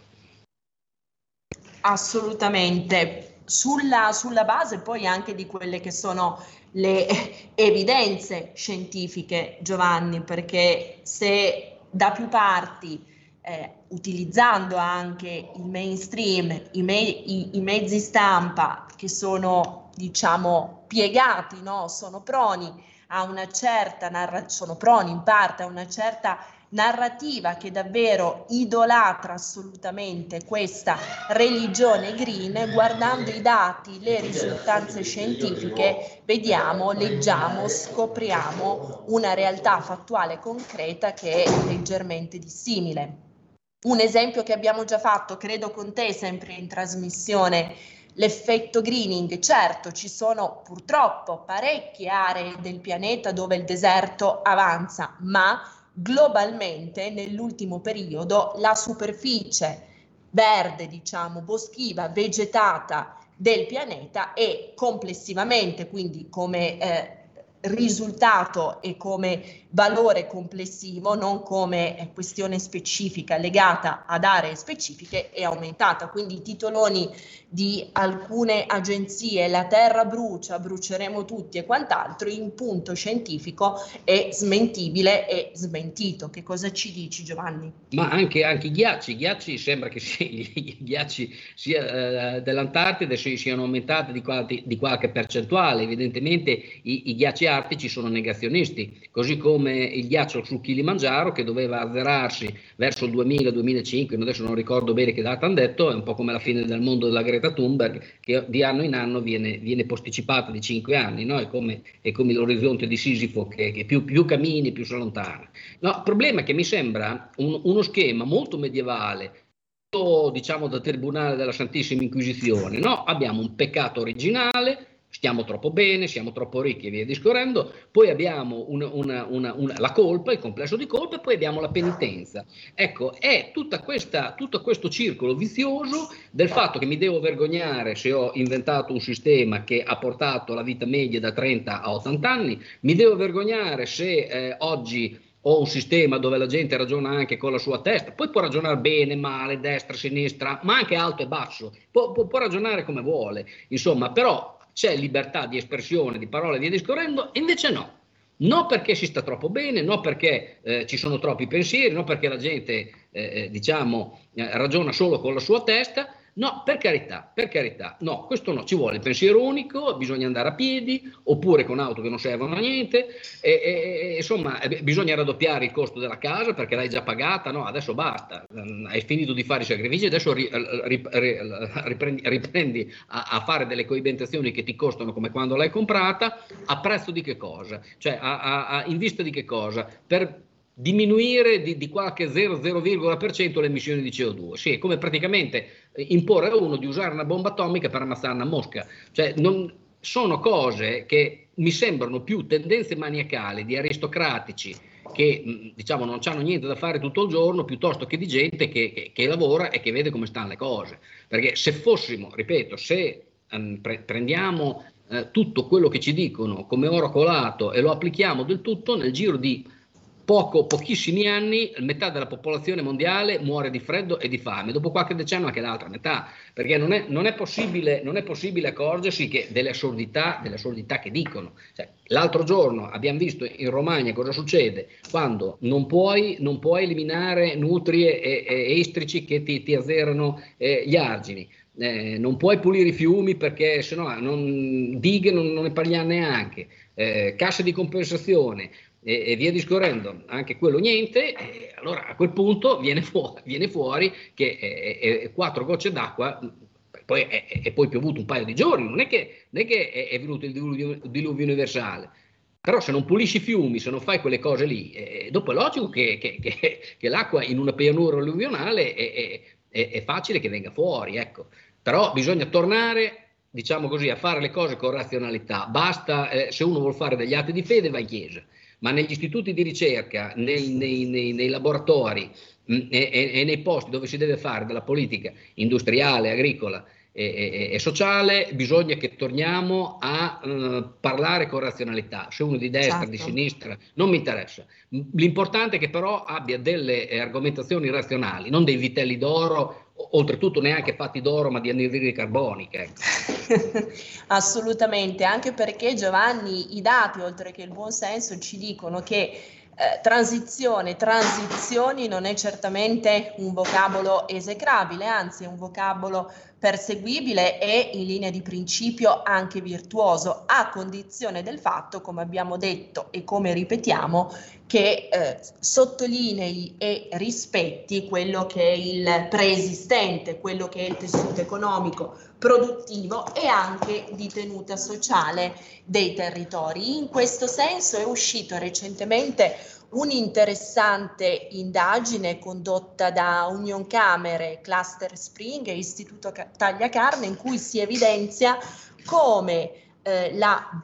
C: Assolutamente, sulla, sulla base poi anche di quelle che sono le evidenze scientifiche, Giovanni, perché se da più parti Eh, utilizzando anche il mainstream, i, me- i-, i mezzi stampa che sono diciamo piegati, no? sono proni a una certa narra- sono proni in parte a una certa narrativa che davvero idolatra assolutamente questa religione green, guardando i dati, le risultanze scientifiche, vediamo, leggiamo, scopriamo una realtà fattuale concreta che è leggermente dissimile. Un esempio che abbiamo già fatto, credo con te, sempre in trasmissione, l'effetto greening. Certo, ci sono purtroppo parecchie aree del pianeta dove il deserto avanza, ma globalmente nell'ultimo periodo la superficie verde, diciamo, boschiva, vegetata del pianeta è complessivamente, quindi come eh, risultato e come valore complessivo, non come questione specifica legata ad aree specifiche, è aumentata. Quindi i titoloni di alcune agenzie, la terra brucia, bruceremo tutti e quant'altro, in punto scientifico è smentibile e smentito. Che cosa ci dici, Giovanni?
D: Ma anche, anche i ghiacci, i ghiacci sembra che sia, i ghiacci sia eh, dell'Antartide siano aumentati di qualche, di qualche percentuale. Evidentemente i, i ghiacci artici sono negazionisti, così come il ghiaccio sul Kilimangiaro, che doveva azzerarsi verso il duemila duemilacinque, adesso non ricordo bene che data hanno detto, è un po' come la fine del mondo della Greta Thunberg, che di anno in anno viene, viene posticipata di cinque anni, no? È come, è come l'orizzonte di Sisifo che, che più, più cammini più si allontana. No, il problema è che mi sembra un, uno schema molto medievale, molto, diciamo, da tribunale della Santissima Inquisizione, no? Abbiamo un peccato originale, stiamo troppo bene, siamo troppo ricchi e via discorrendo, poi abbiamo una, una, una, una, la colpa, il complesso di colpa, e poi abbiamo la penitenza. Ecco, è tutta questa, tutto questo circolo vizioso del fatto che mi devo vergognare se ho inventato un sistema che ha portato la vita media da trenta a ottanta anni, mi devo vergognare se eh, oggi ho un sistema dove la gente ragiona anche con la sua testa, poi può ragionare bene, male, destra, sinistra, ma anche alto e basso, può, può, può ragionare come vuole, insomma, però c'è libertà di espressione, di parole e via discorrendo, e invece no. No perché si sta troppo bene, no perché eh, ci sono troppi pensieri, no perché la gente eh, diciamo eh, ragiona solo con la sua testa. No, per carità, per carità, no, questo no, ci vuole il pensiero unico, bisogna andare a piedi, oppure con auto che non servono a niente, e, e, insomma bisogna raddoppiare il costo della casa perché l'hai già pagata, no, adesso basta, hai finito di fare i sacrifici, adesso ri, ri, ri, riprendi, riprendi a, a fare delle coibentazioni che ti costano come quando l'hai comprata, a prezzo di che cosa? Cioè a, a, a, in vista di che cosa? Per diminuire di, di qualche zero virgola zero per cento le emissioni di C O due. Sì, è come praticamente imporre a uno di usare una bomba atomica per ammazzare una mosca. Cioè, non, sono cose che mi sembrano più tendenze maniacali di aristocratici che diciamo non hanno niente da fare tutto il giorno, piuttosto che di gente che, che, che lavora e che vede come stanno le cose. Perché se fossimo, ripeto, se um, pre- prendiamo uh, tutto quello che ci dicono come oro colato e lo applichiamo del tutto, nel giro di Poco, pochissimi anni, metà della popolazione mondiale muore di freddo e di fame, dopo qualche decennio anche l'altra metà, perché non è, non è, possibile, non è possibile accorgersi che delle assurdità, delle assurdità che dicono. Cioè, l'altro giorno abbiamo visto in Romagna cosa succede quando non puoi, non puoi eliminare nutrie e, e istrici che ti, ti azzerano eh, gli argini. Eh, non puoi pulire i fiumi perché sennò non, dighe non, non ne parliamo neanche, eh, casse di compensazione e, e via discorrendo, anche quello niente, e allora a quel punto viene fuori, viene fuori che è, è, è quattro gocce d'acqua, poi è, è poi piovuto un paio di giorni, non è che, non è, che è, è venuto il diluvio, diluvio universale. Però se non pulisci i fiumi, se non fai quelle cose lì, eh, dopo è logico che, che, che, che l'acqua in una pianura alluvionale è, è, è, è facile che venga fuori, ecco. Però bisogna tornare, diciamo così, a fare le cose con razionalità. Basta, eh, se uno vuol fare degli atti di fede, va in chiesa. Ma negli istituti di ricerca, nei, nei, nei, nei laboratori mh, e, e, e nei posti dove si deve fare della politica industriale, agricola e, e, e sociale, bisogna che torniamo a uh, parlare con razionalità. Se uno di destra, certo, di sinistra, non mi interessa. L'importante è che però abbia delle eh, argomentazioni razionali, non dei vitelli d'oro, oltretutto neanche fatti d'oro ma di anidride carbonica. Ecco.
C: Assolutamente, anche perché Giovanni, i dati oltre che il buon senso ci dicono che eh, transizione, transizioni non è certamente un vocabolo esecrabile, anzi è un vocabolo perseguibile e in linea di principio anche virtuoso, a condizione del fatto, come abbiamo detto e come ripetiamo, che eh, sottolinei e rispetti quello che è il preesistente, quello che è il tessuto economico, produttivo e anche di tenuta sociale dei territori. In questo senso è uscito recentemente un'interessante indagine condotta da Unioncamere, Cluster Spring e Istituto Tagliacarne, in cui si evidenzia come eh, la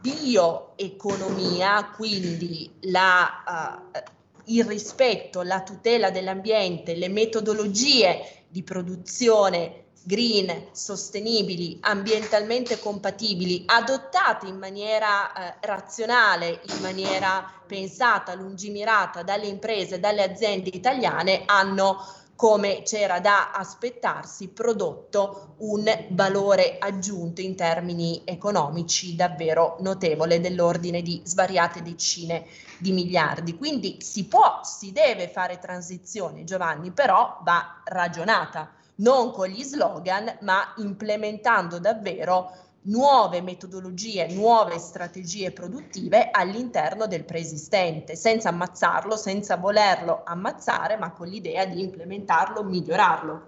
C: bioeconomia, quindi la, uh, il rispetto, la tutela dell'ambiente, le metodologie di produzione green, sostenibili, ambientalmente compatibili, adottate in maniera eh, razionale, in maniera pensata, lungimirata dalle imprese, dalle aziende italiane, hanno, come c'era da aspettarsi, prodotto un valore aggiunto in termini economici davvero notevole, dell'ordine di svariate decine di miliardi. Quindi si può, si deve fare transizione, Giovanni, però va ragionata, non con gli slogan, ma implementando davvero nuove metodologie, nuove strategie produttive all'interno del preesistente, senza ammazzarlo, senza volerlo ammazzare, ma con l'idea di implementarlo, migliorarlo.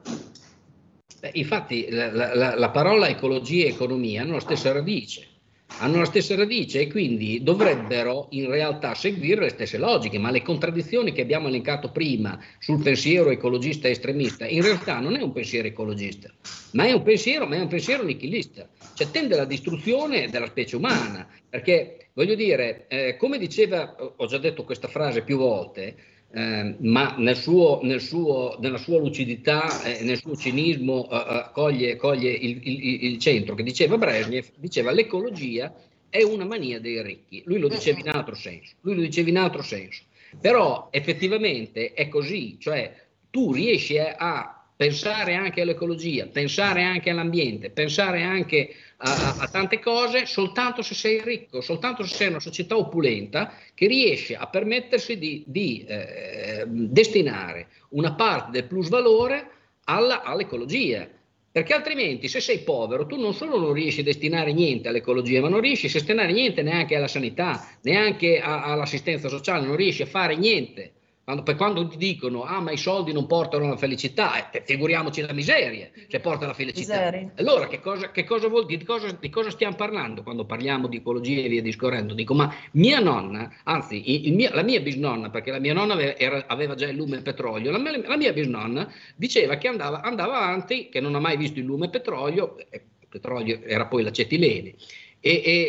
D: Beh, infatti la, la, la parola ecologia e economia hanno la stessa radice, hanno la stessa radice e quindi dovrebbero in realtà seguire le stesse logiche, ma le contraddizioni che abbiamo elencato prima sul pensiero ecologista estremista in realtà non è un pensiero ecologista, ma è un pensiero, ma è un pensiero nichilista, cioè tende alla distruzione della specie umana, perché voglio dire, eh, come diceva, ho già detto questa frase più volte, eh, ma nel suo, nel suo, nella sua lucidità e eh, nel suo cinismo eh, coglie, coglie il, il, il centro, che diceva Brezhnev, diceva l'ecologia è una mania dei ricchi, lui lo diceva in altro senso, lui lo diceva in altro senso, però effettivamente è così, cioè tu riesci a, a pensare anche all'ecologia, pensare anche all'ambiente, pensare anche a, a tante cose soltanto se sei ricco, soltanto se sei una società opulenta che riesce a permettersi di, di eh, destinare una parte del plus valore alla, all'ecologia. Perché altrimenti se sei povero tu non solo non riesci a destinare niente all'ecologia, ma non riesci a destinare niente neanche alla sanità, neanche a, all'assistenza sociale, non riesci a fare niente. Quando, per quando ti dicono ah ma i soldi non portano la felicità, eh, figuriamoci la miseria, cioè porta la felicità. Miseria. Allora che cosa, che cosa vuol dire, di cosa, di cosa stiamo parlando quando parliamo di ecologia e via discorrendo? Dico ma mia nonna, anzi il, il mia, la mia bisnonna, perché la mia nonna aveva, era, aveva già il lume petrolio, la mia, la mia bisnonna diceva che andava, andava avanti, che non ha mai visto il lume petrolio, eh, il petrolio era poi l'acetilene. E, e,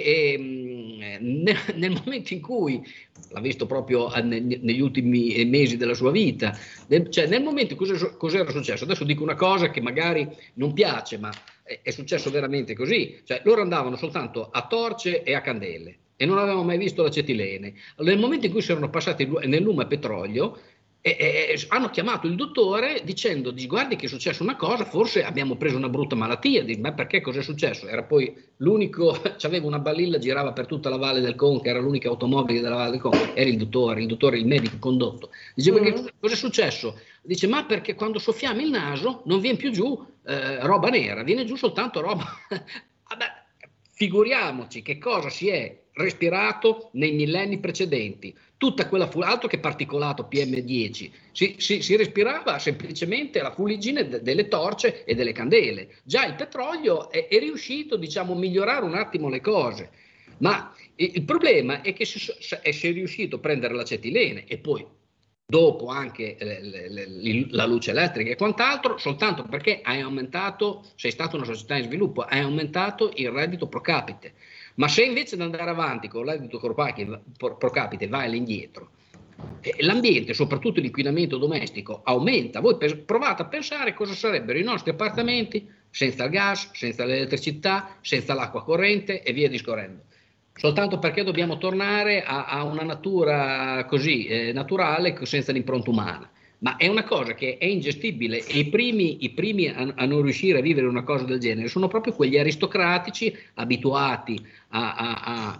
D: e nel, nel momento in cui l'ha visto proprio negli ultimi mesi della sua vita, nel, cioè nel momento in cui cos'era successo, adesso dico una cosa che magari non piace, ma è, è successo veramente così, cioè loro andavano soltanto a torce e a candele e non avevano mai visto l'acetilene. Nel momento in cui si erano passati nel lume petrolio, E, e, hanno chiamato il dottore dicendo guardi che è successa una cosa, forse abbiamo preso una brutta malattia. Dico, ma perché cosa è successo? Era poi l'unico, c'aveva una balilla, girava per tutta la Valle del Conca, era l'unica automobile della Valle del Conca, era il dottore, il dottore, il medico condotto. Dice mm. perché, cosa è successo? Dice ma perché quando soffiamo il naso non viene più giù eh, roba nera, viene giù soltanto roba. Vabbè, figuriamoci che cosa si è respirato nei millenni precedenti. Tutta quella fu altro che particolato P M dieci, si, si, si respirava semplicemente la fuliggine de, delle torce e delle candele. Già il petrolio è, è riuscito, diciamo, a migliorare un attimo le cose, ma il, il problema è che si, si è riuscito a prendere l'acetilene e poi dopo anche le, le, le, la luce elettrica e quant'altro, soltanto perché hai aumentato, sei stata una società in sviluppo, hai aumentato il reddito pro capite. Ma se invece di andare avanti con il reddito pro capite vai all'indietro, l'ambiente, soprattutto l'inquinamento domestico, aumenta. Voi provate a pensare cosa sarebbero i nostri appartamenti senza il gas, senza l'elettricità, senza l'acqua corrente e via discorrendo. Soltanto perché dobbiamo tornare a, a una natura così eh, naturale, senza l'impronta umana. Ma è una cosa che è ingestibile e i primi, i primi a, a non riuscire a vivere una cosa del genere sono proprio quegli aristocratici abituati a, a, a,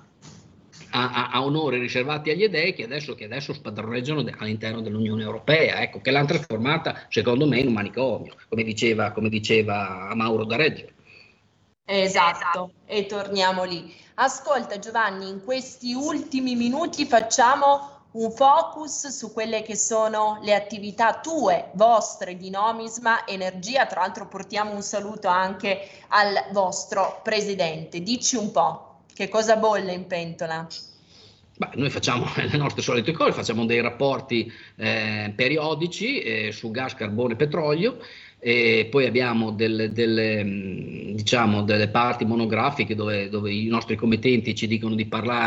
D: a, a onori riservati agli dei che adesso, che adesso spadroneggiano de, all'interno dell'Unione Europea, ecco, che l'hanno trasformata secondo me in un manicomio, come diceva, come diceva Mauro da Reggio.
C: Esatto, e torniamo lì. Ascolta Giovanni, in questi ultimi minuti facciamo un focus su quelle che sono le attività tue, vostre di Nomisma Energia. Tra l'altro portiamo un saluto anche al vostro presidente. Dici un po', che cosa bolle in pentola?
D: Beh, noi facciamo le nostre solite cose, facciamo dei rapporti eh, periodici eh, su gas, carbone, petrolio. E poi abbiamo delle, delle, diciamo, delle parti monografiche dove, dove i nostri committenti ci dicono di parlare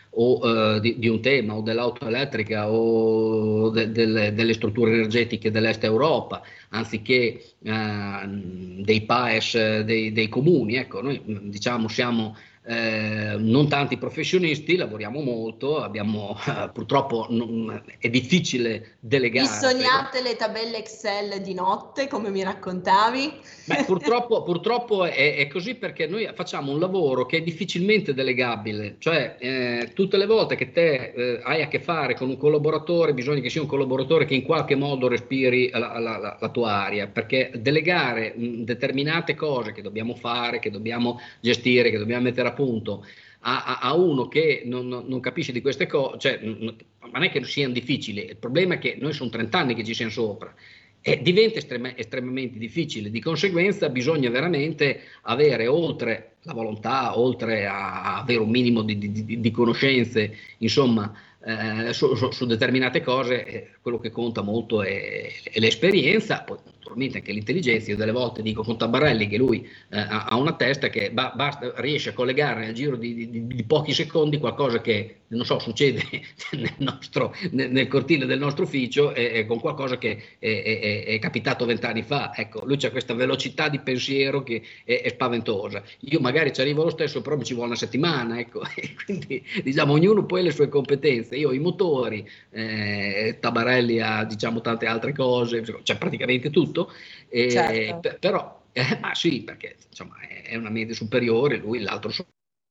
D: o uh, di, di un tema o dell'auto elettrica o de, de, delle strutture energetiche dell'est Europa, anziché uh, dei P A E S dei, dei comuni. Ecco, noi diciamo siamo eh, non tanti professionisti, lavoriamo molto, abbiamo uh, purtroppo non, è difficile delegare.
C: Vi sognate le tabelle Excel di notte, come mi raccontavi?
D: Beh, purtroppo, purtroppo è, è così, perché noi facciamo un lavoro che è difficilmente delegabile, cioè eh, tutte le volte che te eh, hai a che fare con un collaboratore bisogna che sia un collaboratore che in qualche modo respiri la, la, la, la tua area, perché delegare mh, determinate cose che dobbiamo fare, che dobbiamo gestire, che dobbiamo mettere a punto a, a, a uno che non, non capisce di queste cose, cioè non, non è che siano difficili, il problema è che noi sono trenta anni che ci siamo sopra. E diventa estrema, estremamente difficile, di conseguenza bisogna veramente avere, oltre la volontà, oltre a, a avere un minimo di, di, di conoscenze, insomma, eh, su, su, su determinate cose, eh, quello che conta molto è, è l'esperienza, poi naturalmente anche l'intelligenza. Io delle volte dico con Tabarelli che lui eh, ha, ha una testa che ba, basta, riesce a collegare nel giro di, di, di pochi secondi qualcosa che, non so, succede nel, nostro, nel, nel cortile del nostro ufficio e, e con qualcosa che è, è, è capitato vent'anni fa. Ecco, lui c'ha questa velocità di pensiero che è, è spaventosa. Io magari ci arrivo lo stesso, però mi ci vuole una settimana, ecco. E quindi diciamo ognuno poi ha le sue competenze. Io ho i motori, eh, Tabarelli ha diciamo tante altre cose, cioè praticamente tutto, eh,
C: Certo.
D: p- però eh, ma sì, perché insomma è una media superiore, lui l'altro so-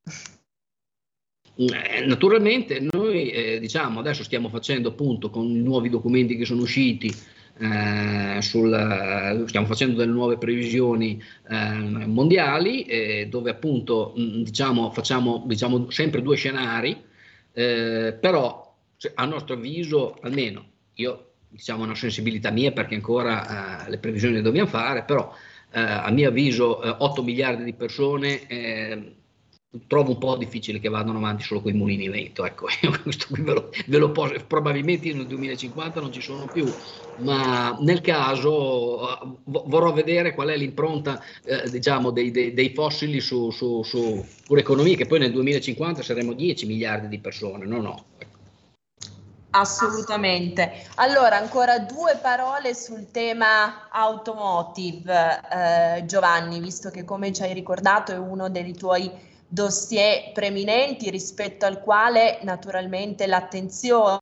D: Eh, naturalmente noi eh, diciamo adesso stiamo facendo appunto con i nuovi documenti che sono usciti, eh, sul, stiamo facendo delle nuove previsioni eh, mondiali, eh, dove appunto mh, diciamo facciamo diciamo sempre due scenari, eh, però cioè, a nostro avviso, almeno io diciamo una sensibilità mia, perché ancora eh, le previsioni le dobbiamo fare, però eh, a mio avviso eh, otto miliardi di persone eh, trovo un po' difficile che vadano avanti solo con i mulini a vento, ecco. Questo qui ve lo, ve lo posso, probabilmente nel duemilacinquanta non ci sono più, ma nel caso uh, vorrò vedere qual è l'impronta eh, diciamo dei, dei, dei fossili su, su, su, sull'economia, che poi nel duemilacinquanta saremo dieci miliardi di persone, no no.
C: Assolutamente. Allora, ancora due parole sul tema automotive, eh, Giovanni, visto che, come ci hai ricordato, è uno dei tuoi dossier preminenti, rispetto al quale naturalmente l'attenzione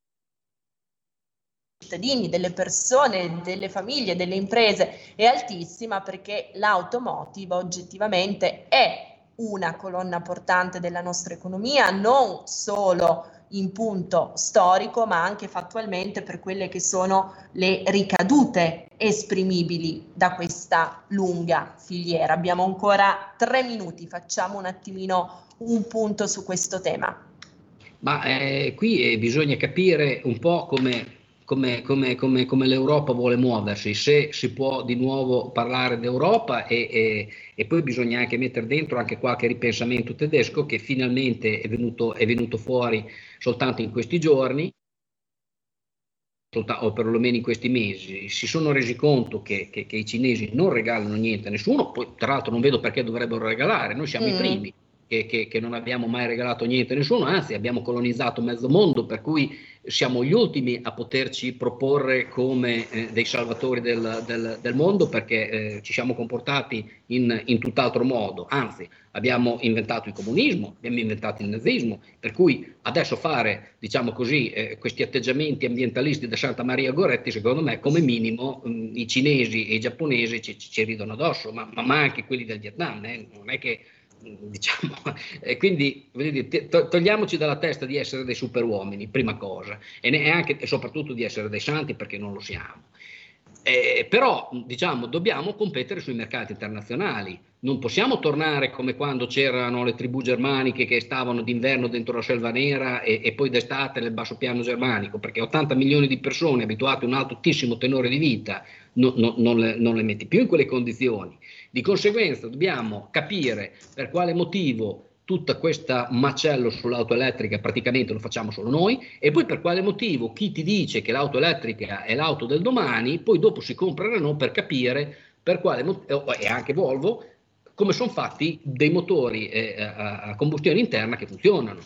C: dei cittadini, delle persone, delle famiglie, delle imprese è altissima, perché l'automotive oggettivamente è una colonna portante della nostra economia, non solo in punto storico, ma anche fattualmente per quelle che sono le ricadute esprimibili da questa lunga filiera. Abbiamo ancora tre minuti, facciamo un attimino un punto su questo tema.
D: Ma eh, qui eh, bisogna capire un po' come, come, come, come, come l'Europa vuole muoversi, se si può di nuovo parlare d'Europa e, e, e poi bisogna anche mettere dentro anche qualche ripensamento tedesco che finalmente è venuto, è venuto fuori soltanto in questi giorni, o perlomeno in questi mesi. Si sono resi conto che, che, che i cinesi non regalano niente a nessuno, poi tra l'altro non vedo perché dovrebbero regalare, noi siamo mm. i primi che, che, che non abbiamo mai regalato niente a nessuno, anzi abbiamo colonizzato mezzo mondo, per cui siamo gli ultimi a poterci proporre come eh, dei salvatori del, del, del mondo, perché eh, ci siamo comportati in, in tutt'altro modo, anzi abbiamo inventato il comunismo, abbiamo inventato il nazismo, per cui adesso fare, diciamo così, eh, questi atteggiamenti ambientalisti da Santa Maria Goretti, secondo me come minimo mh, i cinesi e i giapponesi ci, ci ridono addosso, ma, ma anche quelli del Vietnam, eh, non è che diciamo, e quindi dire, togliamoci dalla testa di essere dei superuomini, prima cosa, e, ne, e anche e soprattutto di essere dei santi, perché non lo siamo. Eh, però diciamo dobbiamo competere sui mercati internazionali, non possiamo tornare come quando c'erano le tribù germaniche che stavano d'inverno dentro la Selva Nera e, e poi d'estate nel basso piano germanico, perché ottanta milioni di persone abituate a un altissimo tenore di vita no, no, non, le, non le metti più in quelle condizioni. Di conseguenza dobbiamo capire per quale motivo tutta questa macello sull'auto elettrica praticamente lo facciamo solo noi, e poi per quale motivo chi ti dice che l'auto elettrica è l'auto del domani, poi dopo si compra Renault per capire per quale motivo, e anche Volvo, come sono fatti dei motori eh, a, a combustione interna che funzionano.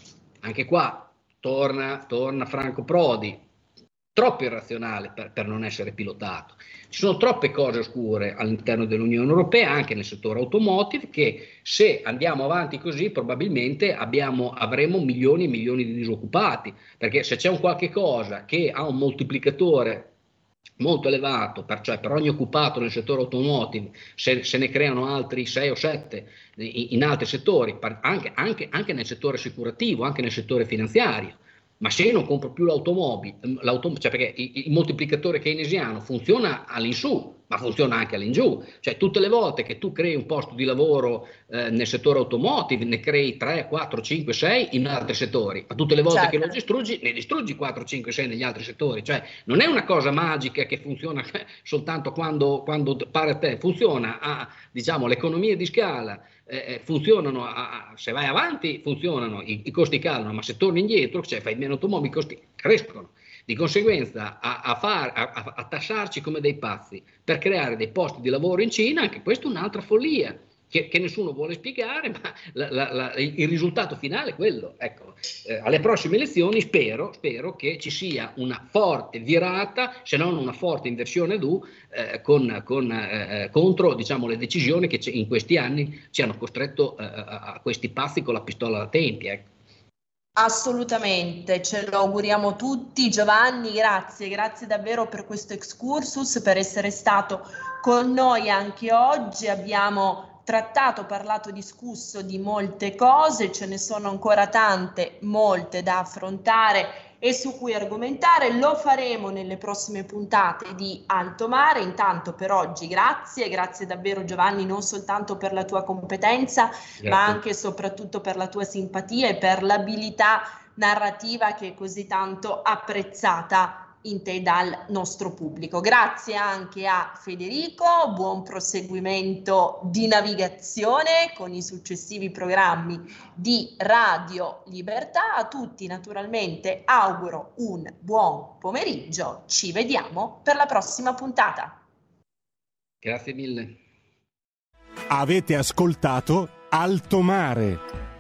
D: anche qua torna, torna Franco Prodi, troppo irrazionale per, per non essere pilotato. Ci sono troppe cose oscure all'interno dell'Unione Europea, anche nel settore automotive, che se andiamo avanti così probabilmente abbiamo, avremo milioni e milioni di disoccupati, perché se c'è un qualche cosa che ha un moltiplicatore molto elevato, per, cioè per ogni occupato nel settore automotive, se, se ne creano altri sei o sette in, in altri settori, anche, anche, anche nel settore assicurativo, anche nel settore finanziario. Ma se io non compro più l'automobile, l'autom- cioè perché il, il moltiplicatore keynesiano funziona all'insù, ma funziona anche all'ingiù, cioè tutte le volte che tu crei un posto di lavoro eh, nel settore automotive, ne crei tre, quattro, cinque, sei in altri settori, ma tutte le volte certo. che lo distruggi, ne distruggi quattro, cinque, sei negli altri settori, cioè non è una cosa magica che funziona soltanto quando, quando pare a te, funziona a, diciamo, le economie di scala. Eh, funzionano, a, se vai avanti funzionano, i, i costi calano, ma se torni indietro, cioè fai meno automobili, i costi crescono. Di conseguenza a, a, far, a, a tassarci come dei pazzi per creare dei posti di lavoro in Cina, anche questa è un'altra follia che, che nessuno vuole spiegare, ma la, la, la, il risultato finale è quello. Ecco, eh, alle prossime elezioni spero, spero che ci sia una forte virata, se non una forte inversione d'U eh, con, con, eh, contro, diciamo, le decisioni che in questi anni ci hanno costretto eh, a questi pazzi con la pistola alla tempia. Ecco.
C: Assolutamente, ce lo auguriamo tutti. Giovanni, grazie, grazie davvero per questo excursus, per essere stato con noi anche oggi. Abbiamo trattato, parlato, discusso di molte cose, ce ne sono ancora tante, molte da affrontare e su cui argomentare. Lo faremo nelle prossime puntate di Alto Mare. Intanto per oggi grazie, grazie davvero Giovanni, non soltanto per la tua competenza, grazie. Ma anche e soprattutto per la tua simpatia e per l'abilità narrativa che è così tanto apprezzata in te dal nostro pubblico. Grazie anche a Federico, buon proseguimento di navigazione con i successivi programmi di Radio Libertà. A tutti naturalmente auguro un buon pomeriggio, ci vediamo per la prossima puntata.
D: Grazie mille.
A: Avete ascoltato Alto Mare.